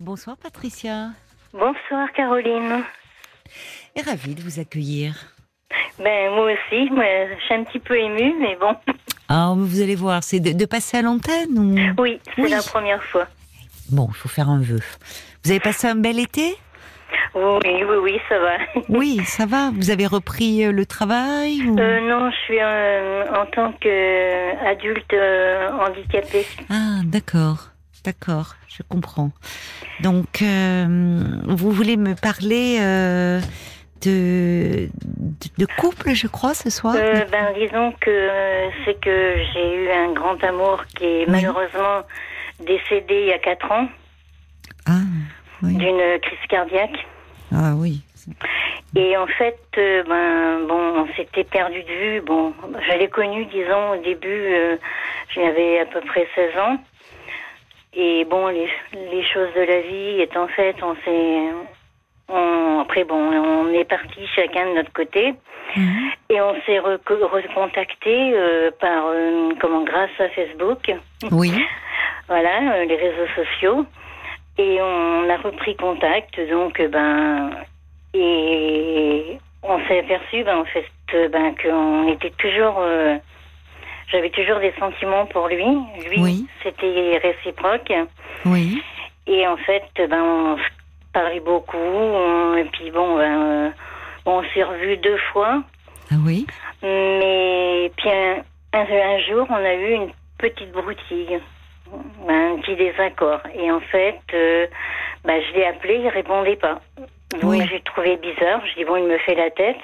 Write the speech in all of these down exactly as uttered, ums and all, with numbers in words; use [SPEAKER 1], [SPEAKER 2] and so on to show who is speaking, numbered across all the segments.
[SPEAKER 1] Bonsoir Patricia.
[SPEAKER 2] Bonsoir Caroline.
[SPEAKER 1] Et ravie de vous accueillir.
[SPEAKER 2] Ben moi aussi, moi, je suis un petit peu émue, mais bon.
[SPEAKER 1] Ah, vous allez voir, c'est de, de passer à l'antenne ou...
[SPEAKER 2] Oui, c'est
[SPEAKER 1] oui.
[SPEAKER 2] la première fois.
[SPEAKER 1] Bon, il faut faire un vœu. Vous avez passé un bel été ?
[SPEAKER 2] Oui, oui, oui, ça va.
[SPEAKER 1] Oui, ça va. Vous avez repris le travail ou...
[SPEAKER 2] euh, Non, je suis euh, en tant qu'adulte euh, handicapé.
[SPEAKER 1] Ah, d'accord, d'accord, je comprends. Donc, euh, vous voulez me parler euh, de, de, de couple, je crois, ce soir
[SPEAKER 2] euh, Ben, disons que euh, c'est que j'ai eu un grand amour qui est oui. malheureusement décédé il y a quatre ans.
[SPEAKER 1] Ah, oui.
[SPEAKER 2] D'une crise cardiaque.
[SPEAKER 1] Ah oui.
[SPEAKER 2] Et en fait, euh, ben bon, on s'était perdu de vue. Bon, je l'ai connu, disons, au début, euh, j'avais à peu près seize ans. Et bon, les, les choses de la vie étant faites, on s'est, on, après bon, on est partis chacun de notre côté. Mmh. Et on s'est re- recontacté euh, par, euh, comment, grâce à Facebook.
[SPEAKER 1] Oui.
[SPEAKER 2] Voilà, euh, les réseaux sociaux. Et on a repris contact, donc ben, et on s'est aperçu, ben, en fait, ben, qu'on était toujours, euh, j'avais toujours des sentiments pour lui. Lui,
[SPEAKER 1] oui.
[SPEAKER 2] C'était réciproque.
[SPEAKER 1] Oui.
[SPEAKER 2] Et en fait, ben, on parlait beaucoup. On, et puis bon, ben, euh, on s'est revus deux fois.
[SPEAKER 1] Ah oui.
[SPEAKER 2] Mais puis un, un, un jour, on a eu une petite broutille. Un petit désaccord. Et en fait, euh, bah, je l'ai appelé, il répondait pas. Donc oui. J'ai trouvé bizarre. Je dis bon, il me fait la tête.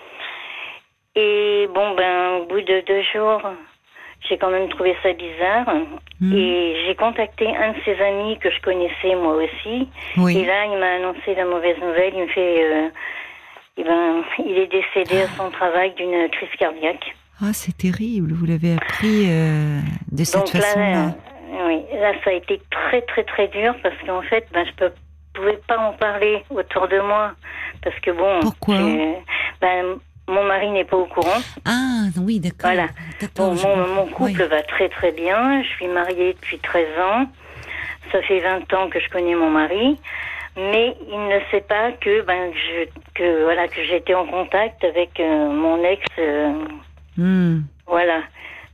[SPEAKER 2] Et bon, ben, au bout de deux jours, j'ai quand même trouvé ça bizarre. Mmh. Et j'ai contacté un de ses amis que je connaissais moi aussi. Oui. Et là, il m'a annoncé la mauvaise nouvelle. Il me fait, euh, eh ben, il est décédé à son travail d'une crise cardiaque.
[SPEAKER 1] Ah, c'est terrible. Vous l'avez appris euh, de cette
[SPEAKER 2] Donc,
[SPEAKER 1] façon-là.
[SPEAKER 2] Là, oui, là, ça a été très, très, très dur parce qu'en fait, ben, je ne pouvais pas en parler autour de moi. Parce que bon.
[SPEAKER 1] Pourquoi
[SPEAKER 2] je, ben, mon mari n'est pas au courant.
[SPEAKER 1] Ah, oui, d'accord.
[SPEAKER 2] Voilà.
[SPEAKER 1] D'accord,
[SPEAKER 2] bon, mon, mon couple oui. va très, très bien. Je suis mariée depuis treize ans. Ça fait vingt ans que je connais mon mari. Mais il ne sait pas que, ben, je, que, voilà, que j'étais en contact avec euh, mon ex. Euh,
[SPEAKER 1] mm.
[SPEAKER 2] Voilà.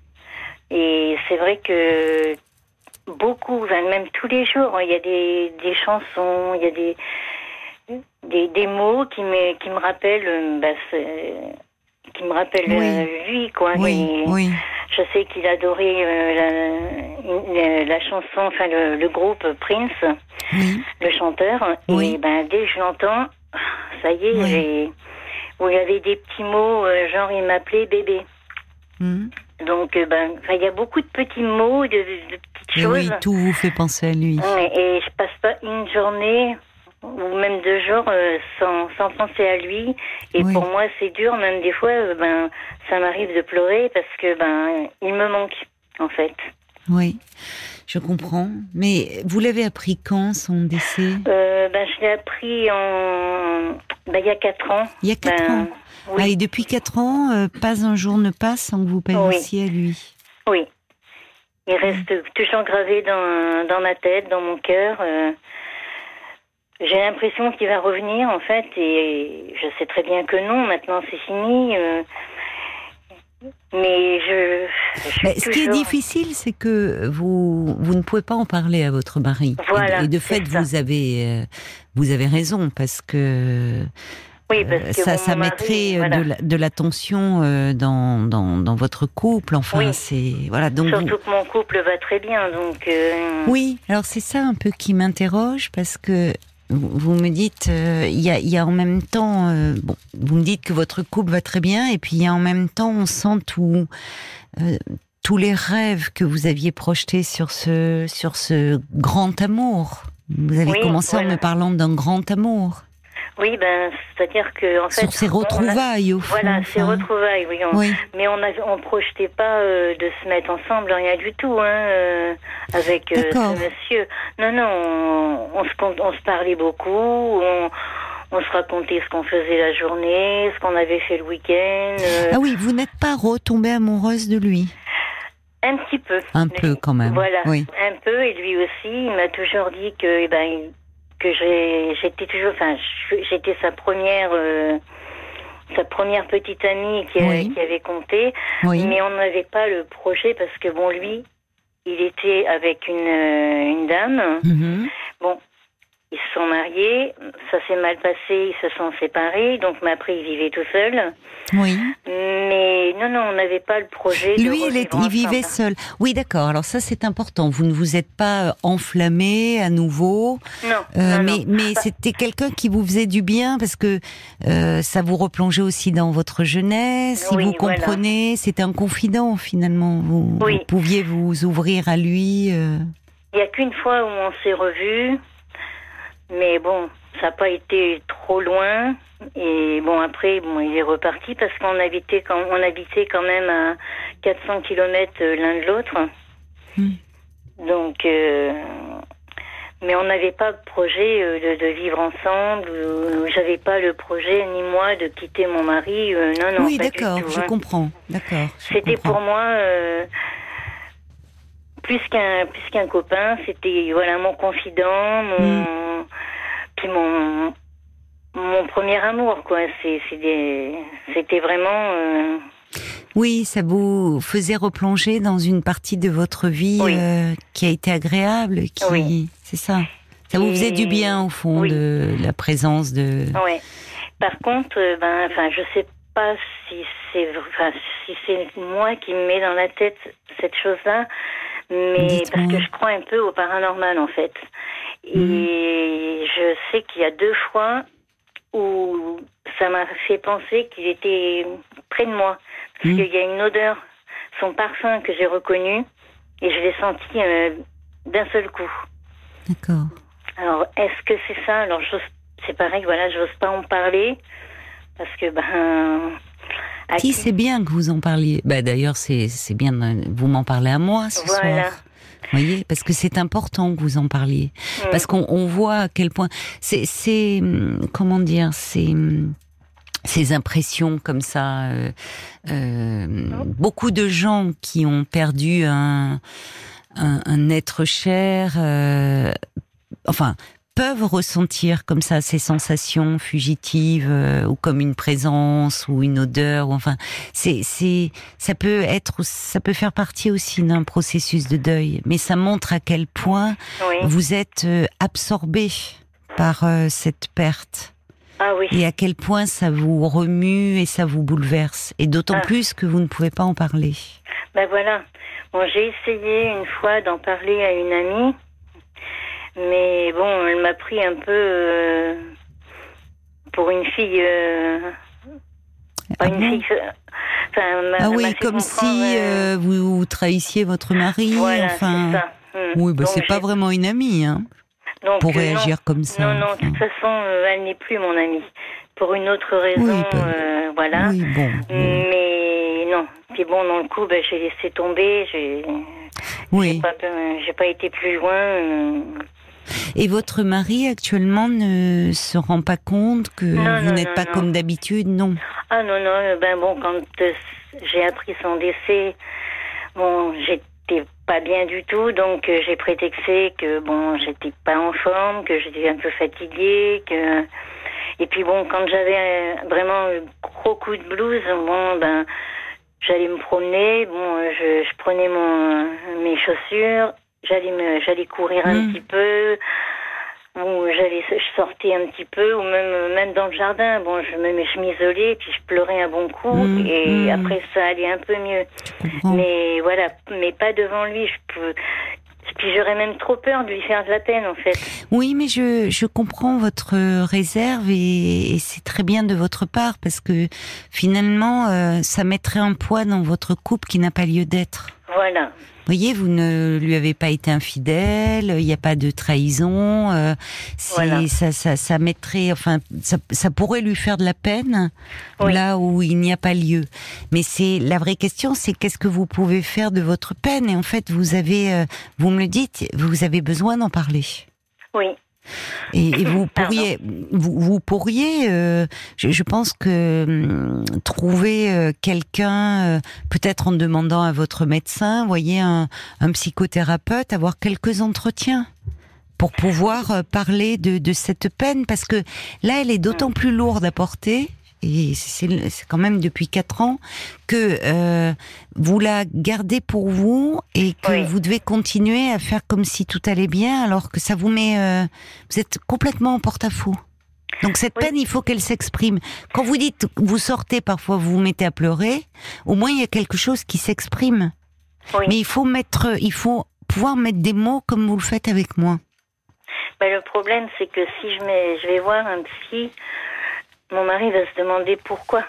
[SPEAKER 2] Et c'est vrai que beaucoup, même tous les jours, il y a des, des chansons, il y a des, des, des mots qui me, qui me rappellent, bah, qui me rappellent oui. euh, lui, quoi.
[SPEAKER 1] Oui,
[SPEAKER 2] Et
[SPEAKER 1] oui.
[SPEAKER 2] Je sais qu'il adorait euh, la, la chanson, enfin le, le groupe Prince,
[SPEAKER 1] oui.
[SPEAKER 2] le chanteur.
[SPEAKER 1] Oui.
[SPEAKER 2] Et ben dès que je l'entends, ça y est, oui. j'ai, où il y avait des petits mots, euh, genre il m'appelait bébé.
[SPEAKER 1] Mmh.
[SPEAKER 2] Donc, euh, ben, il y a beaucoup de petits mots, de, de, de petites
[SPEAKER 1] et
[SPEAKER 2] choses.
[SPEAKER 1] Oui, tout vous fait penser à lui.
[SPEAKER 2] Et je passe pas une journée ou même deux jours euh, sans, sans penser à lui. Et oui. Pour moi, c'est dur. Même des fois, euh, ben, ça m'arrive de pleurer parce que ben, il me manque, en fait.
[SPEAKER 1] Oui, je comprends. Mais vous l'avez appris quand, son décès ?
[SPEAKER 2] euh, ben, Je l'ai appris en... ben, il y a quatre ans.
[SPEAKER 1] Il y a quatre
[SPEAKER 2] ben,
[SPEAKER 1] ans
[SPEAKER 2] oui.
[SPEAKER 1] Ah, et depuis quatre ans, euh, pas un jour ne passe sans que vous pensiez
[SPEAKER 2] oui.
[SPEAKER 1] à lui.
[SPEAKER 2] Oui. Il reste mmh. toujours gravé dans, dans ma tête, dans mon cœur. Euh, j'ai l'impression qu'il va revenir, en fait, et je sais très bien que non, maintenant c'est fini. Euh, mais je... je
[SPEAKER 1] mais
[SPEAKER 2] toujours...
[SPEAKER 1] Ce qui est difficile, c'est que vous, vous ne pouvez pas en parler à votre mari.
[SPEAKER 2] Voilà,
[SPEAKER 1] et, et de fait, vous avez, euh, vous avez raison, parce que...
[SPEAKER 2] Oui, parce que
[SPEAKER 1] ça,
[SPEAKER 2] mon
[SPEAKER 1] ça
[SPEAKER 2] mari,
[SPEAKER 1] mettrait
[SPEAKER 2] voilà.
[SPEAKER 1] de, la, de la tension euh, dans, dans, dans votre couple. Enfin,
[SPEAKER 2] oui.
[SPEAKER 1] c'est voilà. Donc
[SPEAKER 2] surtout
[SPEAKER 1] vous...
[SPEAKER 2] que mon couple va très bien, donc. Euh...
[SPEAKER 1] Oui, alors c'est ça un peu qui m'interroge parce que vous, vous me dites, il euh, y, a, y a en même temps, euh, bon, vous me dites que votre couple va très bien, et puis il y a en même temps, on sent tout, euh, tous les rêves que vous aviez projetés sur ce, sur ce grand amour. Vous avez
[SPEAKER 2] oui,
[SPEAKER 1] commencé
[SPEAKER 2] voilà.
[SPEAKER 1] en me parlant d'un grand amour.
[SPEAKER 2] Oui, ben, c'est-à-dire que en fait,
[SPEAKER 1] sur ces retrouvailles,
[SPEAKER 2] a,
[SPEAKER 1] au fond.
[SPEAKER 2] Voilà,
[SPEAKER 1] enfin.
[SPEAKER 2] ces retrouvailles, oui. On,
[SPEAKER 1] oui.
[SPEAKER 2] Mais on ne on projetait pas euh, de se mettre ensemble, rien du tout, hein, euh, avec euh, ce monsieur. Non, non, on, on, se, on se parlait beaucoup, on, on se racontait ce qu'on faisait la journée, ce qu'on avait fait le week-end. Euh...
[SPEAKER 1] Ah oui, vous n'êtes pas retombée amoureuse de lui?
[SPEAKER 2] Un petit peu.
[SPEAKER 1] Un peu, quand même.
[SPEAKER 2] Voilà,
[SPEAKER 1] oui.
[SPEAKER 2] un peu, et lui aussi, il m'a toujours dit que, eh ben, que j'ai, j'étais toujours, enfin, j'étais sa première, euh, sa première petite amie qui,
[SPEAKER 1] oui.
[SPEAKER 2] qui avait compté,
[SPEAKER 1] oui.
[SPEAKER 2] mais on n'avait pas le projet parce que bon, lui, il était avec une, une dame.
[SPEAKER 1] Mm-hmm.
[SPEAKER 2] Bon, ils se sont mariés, ça s'est mal passé, ils se sont séparés, donc mais après il vivait tout seul.
[SPEAKER 1] Oui.
[SPEAKER 2] Mais non, non, on n'avait pas le projet.
[SPEAKER 1] Lui,
[SPEAKER 2] de
[SPEAKER 1] il, est, il vivait seul. Oui, d'accord. Alors ça, c'est important. Vous ne vous êtes pas enflammé à nouveau.
[SPEAKER 2] Non.
[SPEAKER 1] Euh,
[SPEAKER 2] non
[SPEAKER 1] mais
[SPEAKER 2] non.
[SPEAKER 1] mais bah, c'était quelqu'un qui vous faisait du bien parce que euh, ça vous replongeait aussi dans votre jeunesse.
[SPEAKER 2] Oui,
[SPEAKER 1] il vous comprenait. Voilà. C'était un confident finalement. Vous,
[SPEAKER 2] oui.
[SPEAKER 1] vous pouviez vous ouvrir à lui. Euh...
[SPEAKER 2] Il n'y a qu'une fois où on s'est revus. Mais bon, ça n'a pas été trop loin. Et bon, après, bon, il est reparti parce qu'on habitait quand, on habitait quand même à quatre cents kilomètres l'un de l'autre.
[SPEAKER 1] Mmh.
[SPEAKER 2] Donc, euh, mais on n'avait pas de projet de, de vivre ensemble. J'avais pas le projet, ni moi, de quitter mon mari. Euh, non, non,
[SPEAKER 1] oui,
[SPEAKER 2] pas
[SPEAKER 1] d'accord,
[SPEAKER 2] du tout,
[SPEAKER 1] je
[SPEAKER 2] hein.
[SPEAKER 1] comprends. D'accord.
[SPEAKER 2] C'était
[SPEAKER 1] comprends.
[SPEAKER 2] pour moi... Euh, Plus qu'un plus qu'un copain, c'était voilà mon confident, mon mmh. puis mon mon premier amour quoi. C'est c'est des, c'était vraiment. Euh...
[SPEAKER 1] Oui, ça vous faisait replonger dans une partie de votre vie
[SPEAKER 2] oui.
[SPEAKER 1] euh, qui a été agréable, qui
[SPEAKER 2] oui.
[SPEAKER 1] c'est ça. Ça vous faisait du bien au fond
[SPEAKER 2] oui.
[SPEAKER 1] de la présence de.
[SPEAKER 2] Ouais. Par contre, euh, ben enfin je sais pas si c'est enfin si c'est moi qui me mets dans la tête cette chose-là. Mais
[SPEAKER 1] Dites-moi.
[SPEAKER 2] parce que je crois un peu au paranormal en fait. Et mmh. je sais qu'il y a deux fois où ça m'a fait penser qu'il était près de moi. Parce mmh. qu'il y a une odeur, son parfum que j'ai reconnu et je l'ai senti euh, d'un seul coup.
[SPEAKER 1] D'accord.
[SPEAKER 2] Alors est-ce que c'est ça? Alors j'ose, c'est pareil, voilà, j'ose pas en parler parce que ben.
[SPEAKER 1] Si, c'est bien que vous en parliez. Bah, d'ailleurs, c'est, c'est bien de vous m'en parlez à moi ce
[SPEAKER 2] voilà.
[SPEAKER 1] soir. Vous voyez, parce que c'est important que vous en parliez. Mmh. Parce qu'on on voit à quel point... C'est, c'est comment dire, c'est... Ces impressions comme ça, euh, euh, beaucoup de gens qui ont perdu un, un, un être cher, euh, enfin... peuvent ressentir comme ça ces sensations fugitives euh, ou comme une présence ou une odeur ou enfin c'est c'est ça peut être ça peut faire partie aussi d'un processus de deuil, mais ça montre à quel point
[SPEAKER 2] oui.
[SPEAKER 1] vous êtes euh, absorbé par euh, cette perte.
[SPEAKER 2] Ah oui.
[SPEAKER 1] Et à quel point ça vous remue et ça vous bouleverse, et d'autant ah. plus que vous ne pouvez pas en parler.
[SPEAKER 2] Ben voilà. Bon, j'ai essayé une fois d'en parler à une amie. Mais bon, elle m'a pris un peu euh, pour une fille. Euh, pas
[SPEAKER 1] ah
[SPEAKER 2] une
[SPEAKER 1] bon
[SPEAKER 2] fille. Enfin,
[SPEAKER 1] ah oui, comme si euh, euh, vous, vous trahisiez votre mari.
[SPEAKER 2] Voilà,
[SPEAKER 1] enfin.
[SPEAKER 2] c'est ça. Hum.
[SPEAKER 1] Oui, bah
[SPEAKER 2] Donc,
[SPEAKER 1] c'est pas vraiment une amie, hein.
[SPEAKER 2] Donc,
[SPEAKER 1] pour
[SPEAKER 2] euh,
[SPEAKER 1] réagir
[SPEAKER 2] non,
[SPEAKER 1] comme ça.
[SPEAKER 2] Non, non,
[SPEAKER 1] enfin.
[SPEAKER 2] de toute façon, euh, elle n'est plus mon amie. Pour une autre raison,
[SPEAKER 1] oui, bah,
[SPEAKER 2] euh, voilà.
[SPEAKER 1] Oui, bon, bon.
[SPEAKER 2] Mais non. Puis bon, dans le coup, ben, j'ai laissé tomber. J'ai,
[SPEAKER 1] oui.
[SPEAKER 2] j'ai, pas, euh, j'ai pas été plus loin. Euh,
[SPEAKER 1] Et votre mari actuellement ne se rend pas compte que
[SPEAKER 2] non,
[SPEAKER 1] vous
[SPEAKER 2] non,
[SPEAKER 1] n'êtes
[SPEAKER 2] non,
[SPEAKER 1] pas
[SPEAKER 2] non.
[SPEAKER 1] comme d'habitude, non?
[SPEAKER 2] Ah non, non, ben bon, quand euh, j'ai appris son décès, bon, j'étais pas bien du tout, donc euh, j'ai prétexté que bon, j'étais pas en forme, que j'étais un peu fatiguée, que... Et puis bon, quand j'avais euh, vraiment un gros coup de blues, bon, ben, j'allais me promener, bon, je, je prenais mon, mes chaussures, J'allais me, j'allais courir un mmh. petit peu, ou j'allais, je sortais un petit peu, ou même, même dans le jardin. Bon, je me, je m'isolais, puis je pleurais un bon coup, mmh. et mmh. après ça allait un peu mieux. Mais voilà, mais pas devant lui. Je peux, puis j'aurais même trop peur de lui faire de la peine, en fait.
[SPEAKER 1] Oui, mais je, je comprends votre réserve et, et c'est très bien de votre part parce que finalement, euh, ça mettrait un poids dans votre couple qui n'a pas lieu d'être.
[SPEAKER 2] Voilà.
[SPEAKER 1] Vous voyez, vous ne lui avez pas été infidèle, il n'y a pas de trahison. Euh, c'est, voilà. ça, ça, ça mettrait, enfin, ça, ça pourrait lui faire de la peine oui. là où il n'y a pas lieu. Mais c'est la vraie question, c'est qu'est-ce que vous pouvez faire de votre peine. Et en fait, vous avez, euh, vous me le dites, vous avez besoin d'en parler.
[SPEAKER 2] Oui.
[SPEAKER 1] Et, et vous pourriez, vous, vous pourriez, euh, je, je pense que euh, trouver euh, quelqu'un, euh, peut-être en demandant à votre médecin, voyez un, un psychothérapeute, avoir quelques entretiens pour pouvoir euh, parler de, de cette peine, parce que là, elle est d'autant plus lourde à porter, et c'est, c'est quand même depuis quatre ans, que euh, vous la gardez pour vous, et que
[SPEAKER 2] Oui.
[SPEAKER 1] vous devez continuer à faire comme si tout allait bien, alors que ça vous met... Euh, vous êtes complètement en porte-à-faux. Donc cette
[SPEAKER 2] Oui.
[SPEAKER 1] peine, il faut qu'elle s'exprime. Quand vous dites, vous sortez, parfois vous vous mettez à pleurer, au moins il y a quelque chose qui s'exprime.
[SPEAKER 2] Oui.
[SPEAKER 1] Mais il faut mettre, il faut pouvoir mettre des mots comme vous le faites avec moi.
[SPEAKER 2] Ben, le problème, c'est que si je, mets, je vais voir un psy, mon mari va se demander pourquoi.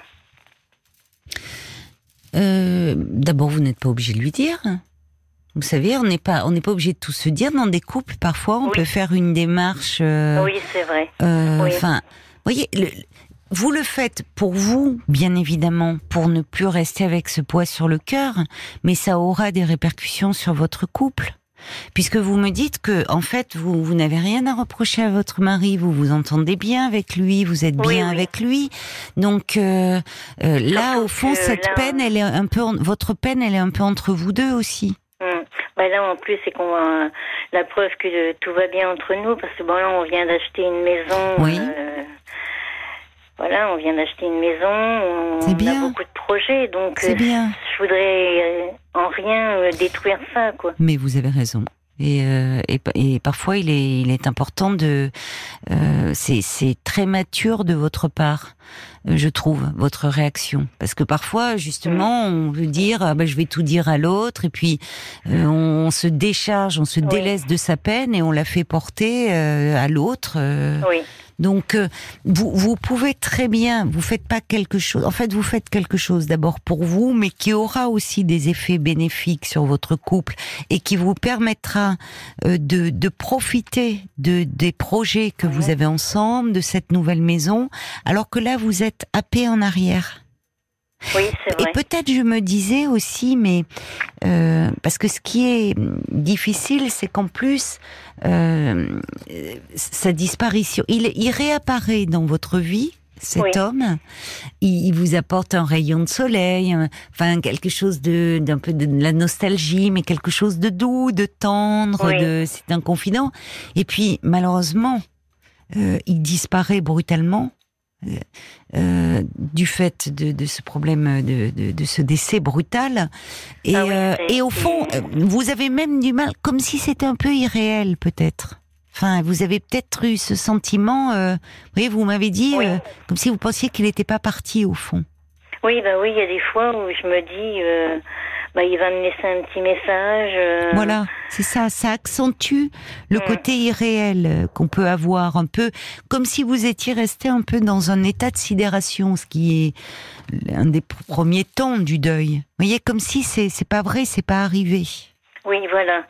[SPEAKER 1] Euh, d'abord, vous n'êtes pas obligé de lui dire. Vous savez, on n'est pas, on n'est pas obligé de tout se dire dans des couples. Parfois, on
[SPEAKER 2] Oui.
[SPEAKER 1] peut faire une démarche. Euh,
[SPEAKER 2] Oui, c'est vrai.
[SPEAKER 1] euh,
[SPEAKER 2] Oui.
[SPEAKER 1] Enfin, voyez, le, vous le faites pour vous, bien évidemment, pour ne plus rester avec ce poids sur le cœur, mais ça aura des répercussions sur votre couple. Puisque vous me dites que, en fait, vous, vous n'avez rien à reprocher à votre mari, vous vous entendez bien avec lui, vous êtes
[SPEAKER 2] Oui,
[SPEAKER 1] bien
[SPEAKER 2] oui.
[SPEAKER 1] avec lui. Donc euh, euh, là,
[SPEAKER 2] Surtout
[SPEAKER 1] au fond,
[SPEAKER 2] que
[SPEAKER 1] cette
[SPEAKER 2] là,
[SPEAKER 1] peine, elle est un peu, en- votre peine, elle est un peu entre vous deux aussi.
[SPEAKER 2] Hum. Ben là, en plus, c'est qu'on va, la preuve que euh, tout va bien entre nous, parce que bon, là, on vient d'acheter une maison.
[SPEAKER 1] Oui.
[SPEAKER 2] euh, voilà, on vient d'acheter une maison. On,
[SPEAKER 1] C'est bien.
[SPEAKER 2] a beaucoup de projets, donc
[SPEAKER 1] C'est
[SPEAKER 2] euh,
[SPEAKER 1] bien.
[SPEAKER 2] je voudrais euh, en rien euh, détruire ça, quoi.
[SPEAKER 1] Mais vous avez raison. Et, euh, et, et parfois, il est, il est important de... Euh, c'est, c'est très mature de votre part, euh, je trouve, votre réaction. Parce que parfois, justement, on veut dire, ah ben, je vais tout dire à l'autre, et puis euh, on, on se décharge, on se
[SPEAKER 2] Oui.
[SPEAKER 1] délaisse de sa peine, et on la fait porter euh, à l'autre. euh.
[SPEAKER 2] Oui.
[SPEAKER 1] Donc, euh, vous, vous pouvez très bien, vous faites pas quelque chose, en fait, vous faites quelque chose d'abord pour vous, mais qui aura aussi des effets bénéfiques sur votre couple et qui vous permettra euh, de, de profiter de, des projets que vous avez ensemble, de cette nouvelle maison, alors que là, vous êtes happé en arrière.
[SPEAKER 2] Oui, c'est
[SPEAKER 1] Et
[SPEAKER 2] vrai.
[SPEAKER 1] peut-être je me disais aussi, mais euh, parce que ce qui est difficile, c'est qu'en plus euh, sa disparition, il, il réapparaît dans votre vie. Cet
[SPEAKER 2] Oui.
[SPEAKER 1] homme, il, il vous apporte un rayon de soleil, un- enfin quelque chose de d'un peu de, de la nostalgie, mais quelque chose de doux, de tendre.
[SPEAKER 2] Oui.
[SPEAKER 1] De, c'est un confident. Et puis malheureusement, euh, il disparaît brutalement. Euh, euh, du fait de, de ce problème, de, de, de ce décès brutal. Et,
[SPEAKER 2] Ah oui,
[SPEAKER 1] euh,
[SPEAKER 2] c'est-
[SPEAKER 1] et au fond,
[SPEAKER 2] c'est-
[SPEAKER 1] euh, vous avez même du mal, comme si c'était un peu irréel, peut-être. Enfin, vous avez peut-être eu ce sentiment, euh, vous voyez, vous m'avez dit,
[SPEAKER 2] Oui.
[SPEAKER 1] euh, comme si vous pensiez qu'il n'était pas parti, au fond.
[SPEAKER 2] Oui, bah oui, il y a des fois où je me dis, euh, bah il va me laisser un petit message. euh,
[SPEAKER 1] Voilà, c'est ça, ça accentue le
[SPEAKER 2] Mm.
[SPEAKER 1] côté irréel euh, qu'on peut avoir, un peu comme si vous étiez resté un peu dans un état de sidération, ce qui est un des pr- premiers temps du deuil. Vous voyez, comme si c'est c'est pas vrai, c'est pas arrivé.
[SPEAKER 2] Oui, voilà.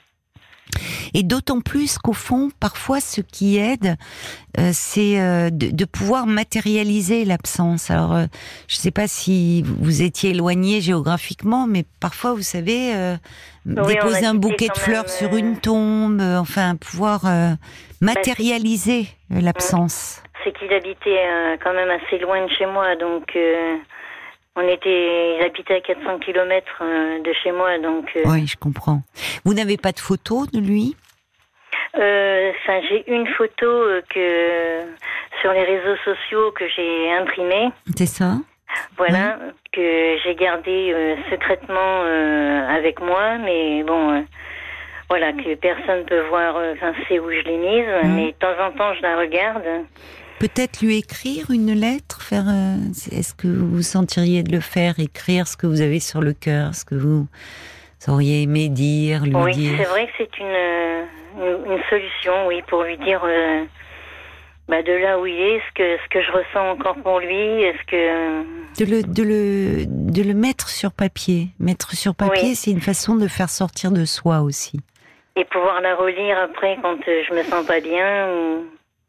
[SPEAKER 1] Et d'autant plus qu'au fond, parfois, ce qui aide, euh, c'est euh, de, de pouvoir matérialiser l'absence. Alors, euh, je ne sais pas si vous étiez éloigné géographiquement, mais parfois, vous savez, euh,
[SPEAKER 2] on
[SPEAKER 1] déposer
[SPEAKER 2] a
[SPEAKER 1] un
[SPEAKER 2] quitté
[SPEAKER 1] bouquet de
[SPEAKER 2] quand
[SPEAKER 1] fleurs
[SPEAKER 2] même,
[SPEAKER 1] sur
[SPEAKER 2] euh,
[SPEAKER 1] une tombe, euh, enfin, pouvoir euh, matérialiser euh, l'absence.
[SPEAKER 2] C'est qu'ils habitaient euh, quand même assez loin de chez moi, donc euh, on était, ils habitaient à quatre cents kilomètres euh, de chez moi, donc. euh,
[SPEAKER 1] Oui, je comprends. Vous n'avez pas de photo de lui ?
[SPEAKER 2] euh, enfin, j'ai une photo euh, que sur les réseaux sociaux que j'ai imprimée,
[SPEAKER 1] C'est ça ?
[SPEAKER 2] voilà, que j'ai gardée euh, secrètement euh, avec moi, mais bon. euh, Voilà, que personne peut voir, euh, enfin, c'est où je l'ai mise,
[SPEAKER 1] Mhm.
[SPEAKER 2] mais de temps en temps, je la regarde.
[SPEAKER 1] Peut-être lui écrire une lettre, faire. euh, Est-ce que vous vous sentiriez de le faire, écrire ce que vous avez sur le cœur, ce que vous auriez aimé dire, lui
[SPEAKER 2] Oui,
[SPEAKER 1] dire.
[SPEAKER 2] c'est vrai que c'est une, euh, une, une solution, oui, pour lui dire euh, bah, de là où il est, ce que, ce que je ressens encore pour lui, est-ce que...
[SPEAKER 1] De le, de le, de le mettre sur papier. Mettre sur papier,
[SPEAKER 2] Oui.
[SPEAKER 1] c'est une façon de faire sortir de soi aussi.
[SPEAKER 2] Et pouvoir la relire après quand euh, je me sens pas bien. Ou...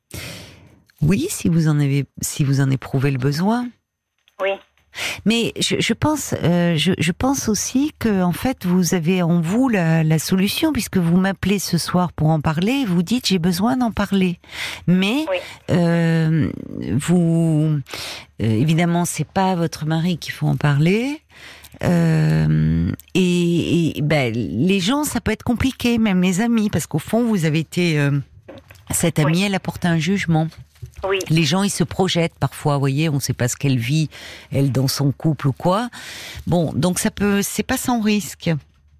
[SPEAKER 1] Oui, si vous en avez, si vous en éprouvez le besoin.
[SPEAKER 2] Oui.
[SPEAKER 1] Mais je, je pense, euh, je, je pense aussi que en fait vous avez en vous la, la solution, puisque vous m'appelez ce soir pour en parler. Et vous dites j'ai besoin d'en parler, mais
[SPEAKER 2] Oui.
[SPEAKER 1] euh, vous euh, évidemment c'est pas à votre mari qu'il faut en parler. Euh, et, et ben, les gens, ça peut être compliqué, même les amis, parce qu'au fond vous avez été euh, Cette amie, oui. elle apporte un jugement.
[SPEAKER 2] Oui.
[SPEAKER 1] Les gens, ils se projettent parfois, vous voyez, on ne sait pas ce qu'elle vit, elle, dans son couple ou quoi. Bon, donc ça peut, c'est pas sans risque.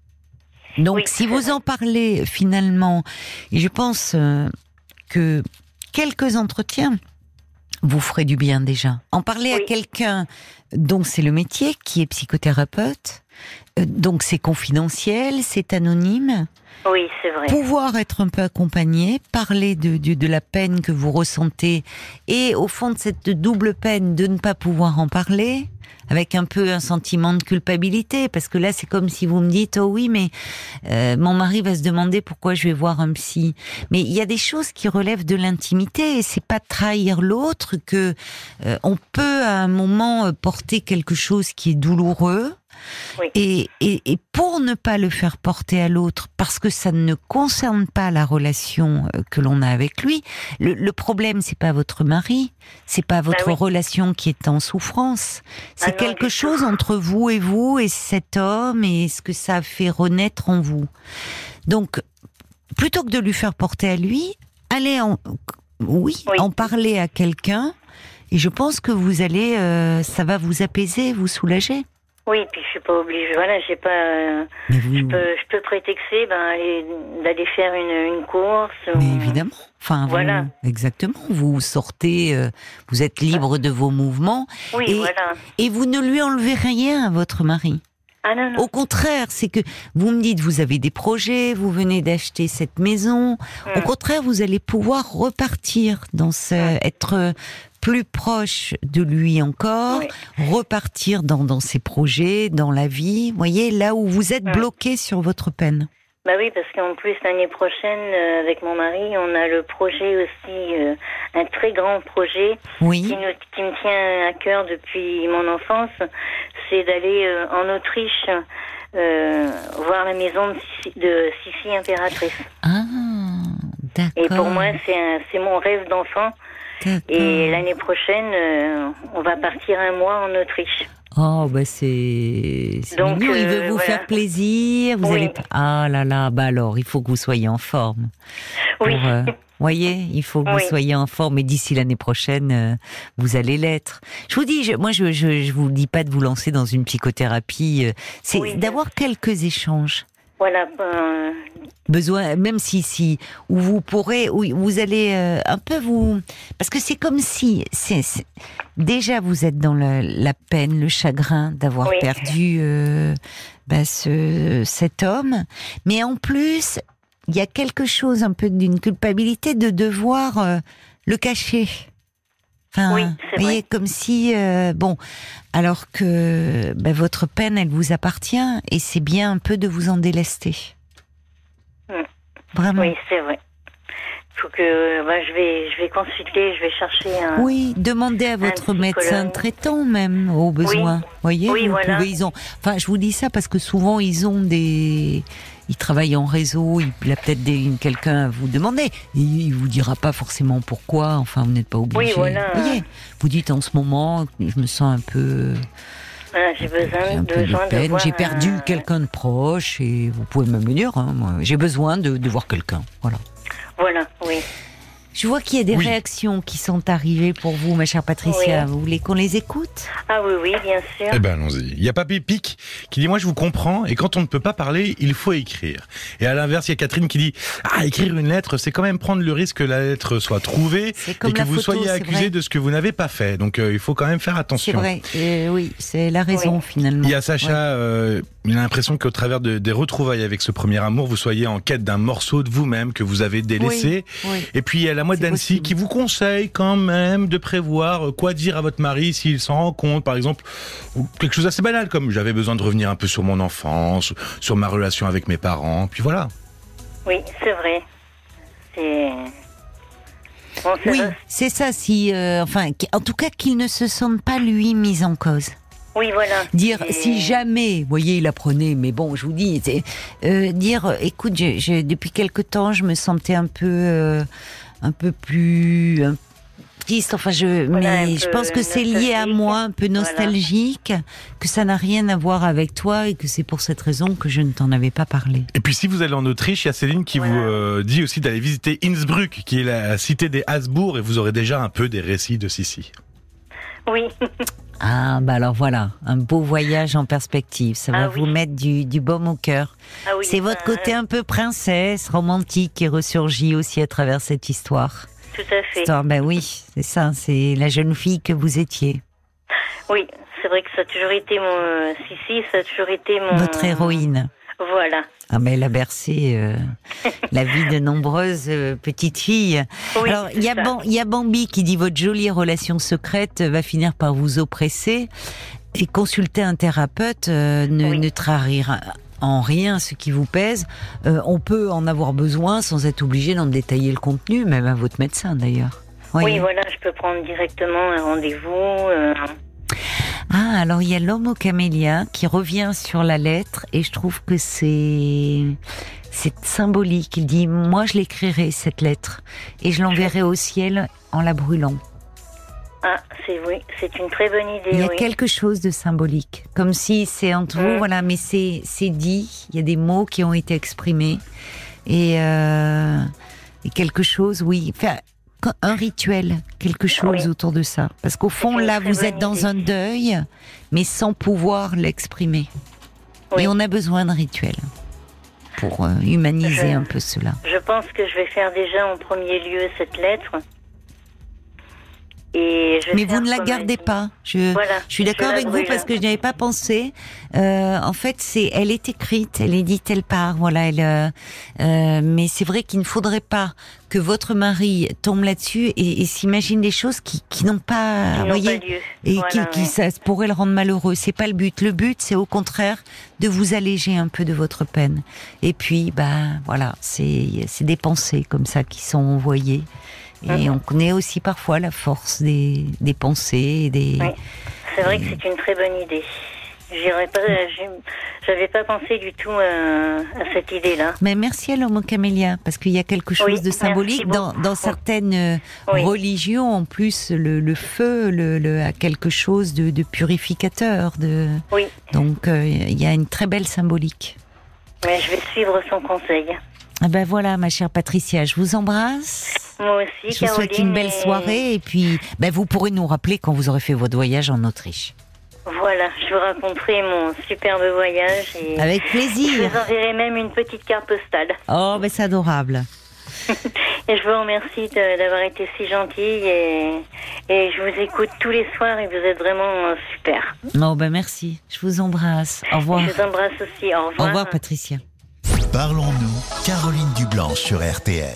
[SPEAKER 1] Donc, oui, si vous en parlez, finalement, et je pense euh, que quelques entretiens vous ferez du bien déjà. En parler oui. à quelqu'un dont c'est le métier, qui est psychothérapeute, euh, donc c'est confidentiel, c'est anonyme.
[SPEAKER 2] Oui, c'est vrai.
[SPEAKER 1] Pouvoir être un peu accompagné, parler de, de, de la peine que vous ressentez et au fond de cette double peine de ne pas pouvoir en parler, avec un peu un sentiment de culpabilité, parce que là c'est comme si vous me dites oh oui mais euh, mon mari va se demander pourquoi je vais voir un psy. Mais il y a des choses qui relèvent de l'intimité et c'est pas trahir l'autre que euh, on peut à un moment porter quelque chose qui est douloureux. Oui. Et, et, et pour ne pas le faire porter à l'autre, parce que ça ne concerne pas la relation que l'on a avec lui, le, le problème c'est pas votre mari, c'est pas votre bah oui. relation qui est en souffrance, c'est ah non, quelque chose entre vous et vous et cet homme et ce que ça fait renaître en vous. Donc, plutôt que de lui faire porter à lui, allez en, oui, oui. en parler à quelqu'un et je pense que vous allez, euh, ça va vous apaiser, vous soulager.
[SPEAKER 2] Oui, puis je suis pas obligée. Voilà, j'ai pas. Euh, vous... Je peux, je peux prétexter, ben, aller, d'aller faire une, une course.
[SPEAKER 1] Mais
[SPEAKER 2] ou...
[SPEAKER 1] évidemment. Enfin,
[SPEAKER 2] voilà.
[SPEAKER 1] Vous, exactement. Vous sortez, euh, vous êtes libre de vos mouvements.
[SPEAKER 2] Oui,
[SPEAKER 1] et,
[SPEAKER 2] voilà.
[SPEAKER 1] Et vous ne lui enlevez rien à votre mari.
[SPEAKER 2] Ah non, non.
[SPEAKER 1] Au contraire, c'est que vous me dites, vous avez des projets, vous venez d'acheter cette maison. Hum. Au contraire, vous allez pouvoir repartir dans ce, hum. être plus proche de lui encore, oui. repartir dans, dans ses projets, dans la vie. Vous voyez, là où vous êtes hum. bloqué sur votre peine.
[SPEAKER 2] Bah oui, parce qu'en plus, l'année prochaine, euh, avec mon mari, on a le projet aussi, euh, un très grand projet
[SPEAKER 1] oui.
[SPEAKER 2] qui, nous, qui me tient à cœur depuis mon enfance, c'est d'aller euh, en Autriche euh, voir la maison de, de Sissi impératrice.
[SPEAKER 1] Ah, d'accord.
[SPEAKER 2] Et pour moi, c'est, un, c'est mon rêve d'enfant. D'accord. Et l'année prochaine, euh, on va partir un mois en Autriche.
[SPEAKER 1] Oh, bah c'est, c'est Donc, mignon, il veut vous euh, voilà. faire plaisir, vous oui. allez... Ah là là, bah alors, il faut que vous soyez en forme.
[SPEAKER 2] Oui.
[SPEAKER 1] Pour, euh, voyez, il faut que oui. vous soyez en forme, et d'ici l'année prochaine, euh, vous allez l'être. Je vous dis, je, moi, je, je, je vous dis pas de vous lancer dans une psychothérapie, euh, c'est oui. d'avoir quelques échanges.
[SPEAKER 2] Voilà. Euh...
[SPEAKER 1] Besoin, même si, si, où vous pourrez, où vous allez euh, un peu vous, parce que c'est comme si, c'est, c'est déjà vous êtes dans le, la peine, le chagrin d'avoir oui. perdu euh, bah, ce, cet homme, mais en plus, il y a quelque chose un peu d'une culpabilité de devoir euh, le cacher. Enfin,
[SPEAKER 2] oui,
[SPEAKER 1] c'est vous voyez, vrai. Comme si, euh, bon, alors que bah, votre peine, elle vous appartient, et c'est bien un peu de vous en délester.
[SPEAKER 2] Mmh.
[SPEAKER 1] Vraiment.
[SPEAKER 2] Oui, c'est vrai. Faut que, bah, je vais, je vais consulter, je vais chercher un.
[SPEAKER 1] Oui, demandez à votre médecin traitant même, au besoin.
[SPEAKER 2] Oui.
[SPEAKER 1] Voyez,
[SPEAKER 2] oui,
[SPEAKER 1] vous
[SPEAKER 2] voilà.
[SPEAKER 1] pouvez, ils ont. Enfin, je vous dis ça parce que souvent ils ont des. Ils travaillent en réseau, il a peut-être des, quelqu'un à vous demander. Et il vous dira pas forcément pourquoi, enfin vous n'êtes pas obligé.
[SPEAKER 2] Oui, voilà.
[SPEAKER 1] Vous voyez, vous dites en ce moment, je me sens un peu...
[SPEAKER 2] Voilà, j'ai besoin,
[SPEAKER 1] j'ai un peu
[SPEAKER 2] besoin
[SPEAKER 1] de peine,
[SPEAKER 2] de voir
[SPEAKER 1] j'ai perdu
[SPEAKER 2] un...
[SPEAKER 1] quelqu'un de proche, et vous pouvez même le dire, hein, moi, j'ai besoin de, de voir quelqu'un, voilà.
[SPEAKER 2] Voilà, oui.
[SPEAKER 1] Je vois qu'il y a des
[SPEAKER 3] oui.
[SPEAKER 1] réactions qui sont arrivées pour vous, ma chère Patricia.
[SPEAKER 2] Oui.
[SPEAKER 1] Vous voulez qu'on les écoute ?
[SPEAKER 2] Ah oui, oui, bien sûr.
[SPEAKER 3] Eh ben, allons-y. Il y a Papy Pic qui dit « Moi, je vous comprends, et quand on ne peut pas parler, il faut écrire. » Et à l'inverse, il y a Catherine qui dit « Ah, écrire une lettre, c'est quand même prendre le risque que la lettre soit trouvée et que vous
[SPEAKER 1] photo,
[SPEAKER 3] soyez accusé de ce que vous n'avez pas fait. Donc, euh, il faut quand même faire attention. »
[SPEAKER 1] C'est vrai, euh, oui, c'est la raison, oui. finalement.
[SPEAKER 3] Il y a Sacha,
[SPEAKER 1] ouais.
[SPEAKER 3] euh, il a l'impression qu'au travers de, des retrouvailles avec ce premier amour, vous soyez en quête d'un morceau de vous-même que vous avez délaissé.
[SPEAKER 1] Oui, oui.
[SPEAKER 3] Et puis, il y a la mouette d'Annecy qui vous conseille quand même de prévoir quoi dire à votre mari s'il s'en rend compte, par exemple, ou quelque chose d'assez banal comme j'avais besoin de revenir un peu sur mon enfance, sur ma relation avec mes parents, puis voilà.
[SPEAKER 2] Oui, c'est vrai. C'est... Bon, c'est
[SPEAKER 1] oui,
[SPEAKER 2] vrai.
[SPEAKER 1] c'est ça, si, euh, enfin, en tout cas qu'il ne se sente pas lui mis en cause.
[SPEAKER 2] Oui, voilà.
[SPEAKER 1] Dire,
[SPEAKER 2] et...
[SPEAKER 1] si jamais, vous voyez, il apprenait, mais bon, je vous dis, euh, dire, écoute, je, je, depuis quelque temps, je me sentais un peu... Euh, un peu plus, un, artiste. Enfin, je,
[SPEAKER 2] Voilà,
[SPEAKER 1] mais
[SPEAKER 2] un
[SPEAKER 1] je
[SPEAKER 2] peu
[SPEAKER 1] pense que c'est lié à
[SPEAKER 2] nostalgique.
[SPEAKER 1] moi, un peu
[SPEAKER 2] Voilà.
[SPEAKER 1] nostalgique, que ça n'a rien à voir avec toi et que c'est pour cette raison que je ne t'en avais pas parlé.
[SPEAKER 3] Et puis si vous allez en Autriche, il y a Céline qui
[SPEAKER 2] Voilà.
[SPEAKER 3] vous euh, dit aussi d'aller visiter Innsbruck, qui est la cité des Habsbourg, et vous aurez déjà un peu des récits de Sissi.
[SPEAKER 2] Oui.
[SPEAKER 1] Ah, bah alors voilà, un beau voyage en perspective. Ça va
[SPEAKER 2] Ah oui.
[SPEAKER 1] vous mettre du, du baume au cœur.
[SPEAKER 2] Ah oui,
[SPEAKER 1] C'est votre
[SPEAKER 2] enfin,
[SPEAKER 1] côté un peu princesse, romantique qui ressurgit aussi à travers cette histoire.
[SPEAKER 2] Tout à fait.
[SPEAKER 1] Histoire, ben oui, c'est ça, c'est la jeune fille que vous étiez.
[SPEAKER 2] Oui, c'est vrai que ça a toujours été mon... euh, si, si, ça a toujours été mon...
[SPEAKER 1] Votre héroïne.
[SPEAKER 2] Voilà.
[SPEAKER 1] Ah, mais elle a bercé euh, la vie de nombreuses euh, petites filles.
[SPEAKER 2] Oui,
[SPEAKER 1] Alors, il y a
[SPEAKER 2] c'est ça.
[SPEAKER 1] Ban- il y a Bambi qui dit votre jolie relation secrète va finir par vous oppresser. Et consulter un thérapeute euh, ne,
[SPEAKER 2] Oui.
[SPEAKER 1] ne trahira en rien ce qui vous pèse. Euh, on peut en avoir besoin sans être obligé d'en détailler le contenu, même à votre médecin d'ailleurs.
[SPEAKER 2] Oui,
[SPEAKER 1] Voyez.
[SPEAKER 2] voilà, je peux prendre directement un rendez-vous. euh,
[SPEAKER 1] Ah, alors il y a l'homme au camélia qui revient sur la lettre et je trouve que c'est c'est symbolique. Il dit moi je l'écrirai cette lettre et je l'enverrai au ciel en la brûlant.
[SPEAKER 2] Ah, c'est oui, c'est une très bonne idée,
[SPEAKER 1] Il y a
[SPEAKER 2] oui.
[SPEAKER 1] quelque chose de symbolique, comme si c'est entre vous,
[SPEAKER 2] Mm.
[SPEAKER 1] voilà, mais c'est c'est dit. Il y a des mots qui ont été exprimés et, euh, et quelque chose, oui, enfin, un rituel, quelque chose
[SPEAKER 2] Oui.
[SPEAKER 1] autour de ça. Parce qu'au fond,
[SPEAKER 2] une
[SPEAKER 1] là,
[SPEAKER 2] très
[SPEAKER 1] vous êtes
[SPEAKER 2] bonne
[SPEAKER 1] dans
[SPEAKER 2] idée.
[SPEAKER 1] un deuil, mais sans pouvoir l'exprimer.
[SPEAKER 2] Oui.
[SPEAKER 1] Et on a besoin de rituels pour euh, humaniser
[SPEAKER 2] Je-
[SPEAKER 1] un peu cela.
[SPEAKER 2] Je pense que je vais faire déjà en premier lieu cette lettre. Et je vais
[SPEAKER 1] Mais
[SPEAKER 2] faire
[SPEAKER 1] vous ne la
[SPEAKER 2] comme
[SPEAKER 1] gardez
[SPEAKER 2] elle dit.
[SPEAKER 1] pas. Je,
[SPEAKER 2] Voilà,
[SPEAKER 1] je suis
[SPEAKER 2] je
[SPEAKER 1] d'accord
[SPEAKER 2] la
[SPEAKER 1] avec vous
[SPEAKER 2] brûle.
[SPEAKER 1] parce que je n'y avais pas pensé. Euh, en fait, c'est, elle est écrite, elle est dite, elle part. Voilà, elle. Euh, euh, mais c'est vrai qu'il ne faudrait pas que votre mari tombe là-dessus et, et s'imagine des choses qui, qui n'ont pas,
[SPEAKER 2] Qui
[SPEAKER 1] vous
[SPEAKER 2] n'ont
[SPEAKER 1] voyez,
[SPEAKER 2] pas lieu.
[SPEAKER 1] et
[SPEAKER 2] Voilà,
[SPEAKER 1] qui, qui
[SPEAKER 2] ouais.
[SPEAKER 1] ça pourrait le rendre malheureux. C'est pas le but. Le but, c'est au contraire de vous alléger un peu de votre peine. Et puis, bah, voilà, c'est, c'est des pensées comme ça qui sont envoyées. Et
[SPEAKER 2] Mhm.
[SPEAKER 1] on connaît aussi parfois la force des, des pensées et des.
[SPEAKER 2] Oui. C'est vrai que c'est une très bonne idée. J'irais pas, j'ai- j'avais pas pensé du tout à, à cette idée-là.
[SPEAKER 1] Mais merci à l'homme au camélia, parce qu'il y a quelque chose
[SPEAKER 2] Oui,
[SPEAKER 1] de
[SPEAKER 2] merci
[SPEAKER 1] symbolique dans,
[SPEAKER 2] beaucoup.
[SPEAKER 1] dans certaines euh,
[SPEAKER 2] Oui.
[SPEAKER 1] religions. En plus, le, le feu le, le- a quelque chose de, de purificateur. De...
[SPEAKER 2] Oui,
[SPEAKER 1] Donc, euh, il y a une très belle symbolique.
[SPEAKER 2] mais je vais suivre son conseil.
[SPEAKER 1] Ah ben voilà, ma chère Patricia, je vous embrasse.
[SPEAKER 2] Moi aussi,
[SPEAKER 1] Je vous souhaite une belle
[SPEAKER 2] Caroline, et-
[SPEAKER 1] soirée. Et puis, ben, vous pourrez nous rappeler quand vous aurez fait votre voyage en Autriche.
[SPEAKER 2] Voilà, je vous raconterai mon superbe voyage. Et
[SPEAKER 1] Avec
[SPEAKER 2] je
[SPEAKER 1] plaisir.
[SPEAKER 2] vous enverrai même une petite carte postale.
[SPEAKER 1] Oh, ben c'est adorable.
[SPEAKER 2] Et je vous remercie de- d'avoir été si gentille et, et je vous écoute tous les soirs et vous êtes vraiment euh, super.
[SPEAKER 1] Oh, ben merci. Je vous embrasse. Au revoir.
[SPEAKER 2] Je vous embrasse aussi. Au revoir.
[SPEAKER 1] Au revoir, Patricia.
[SPEAKER 4] Parlons-nous, Caroline Dublanche sur R T L.